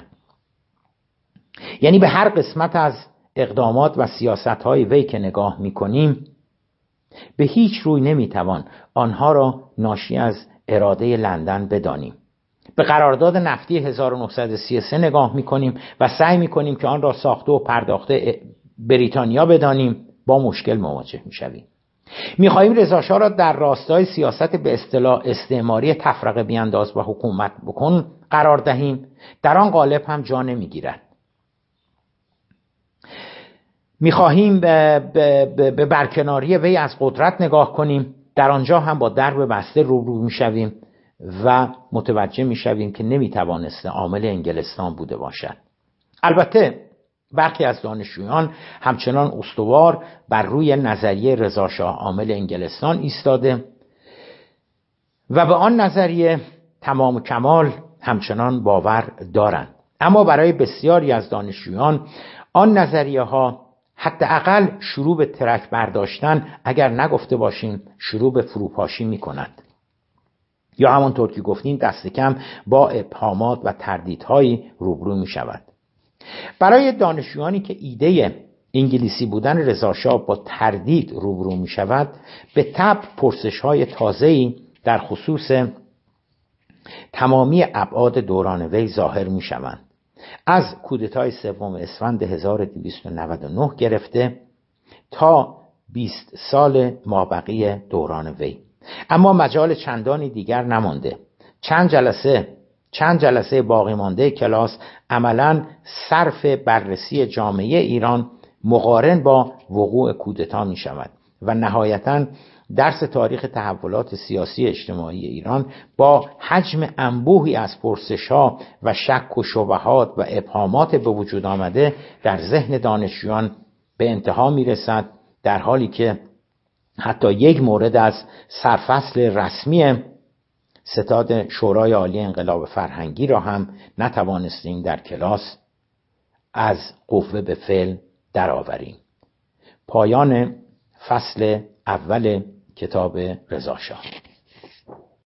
یعنی به هر قسمت از اقدامات و سیاست‌های وی که نگاه می‌کنیم به هیچ روی نمی‌توان آنها را ناشی از اراده لندن بدانیم. به قرارداد نفتی هزار و نهصد و سی و سه نگاه می‌کنیم و سعی می‌کنیم که آن را ساخته و پرداخته بریتانیا بدانیم، با مشکل مواجه می‌شویم. می‌خواهیم رضاشاه را در راستای سیاست به اصطلاح استعماری تفرقه بیانداز و حکومت بکن قرار دهیم، در آن قالب هم جا نمی‌گیرد. می‌خواهیم به, به, به, به برکناری وی از قدرت نگاه کنیم، در آنجا هم با درب بسته روبرو می‌شویم و متوجه می‌شویم که نمی‌توانسته عامل انگلستان بوده باشد. البته برخی از دانشجویان همچنان استوار بر روی نظریه رضاشاه عامل انگلستان ایستاده و به آن نظریه تمام و کمال همچنان باور دارند، اما برای بسیاری از دانشجویان آن نظریه ها حداقل شروع به ترک برداشتن، اگر نگفته باشیم شروع به فروپاشی می کند، یا همانطور که گفتیم دست کم با ابهامات و تردیدهایی روبرو می شود. برای دانشجویانی که ایده انگلیسی بودن رضاشاه با تردید روبرو می شود، به طبع پرسش های تازه‌ای در خصوص تمامی ابعاد دوران وی ظاهر می شوند. از کودتای سوم اسفند هزار و دویست و نود و نه گرفته تا بیست سال مابقی دوران وی. اما مجال چندانی دیگر نمانده. چند جلسه چند جلسه باقی مانده کلاس عملاً صرف بررسی جامعه ایران مقارن با وقوع کودتا می شود و نهایتاً درس تاریخ تحولات سیاسی اجتماعی ایران با حجم انبوهی از پرسش‌ها و شک و شبهات و ابهامات به وجود آمده در ذهن دانشجویان به انتها می رسد، در حالی که حتی یک مورد از سرفصل رسمی ستاد شورای عالی انقلاب فرهنگی را هم نتوانستیم در کلاس از قوه به فعل درآوریم. پایان فصل اول کتاب رضاشاه.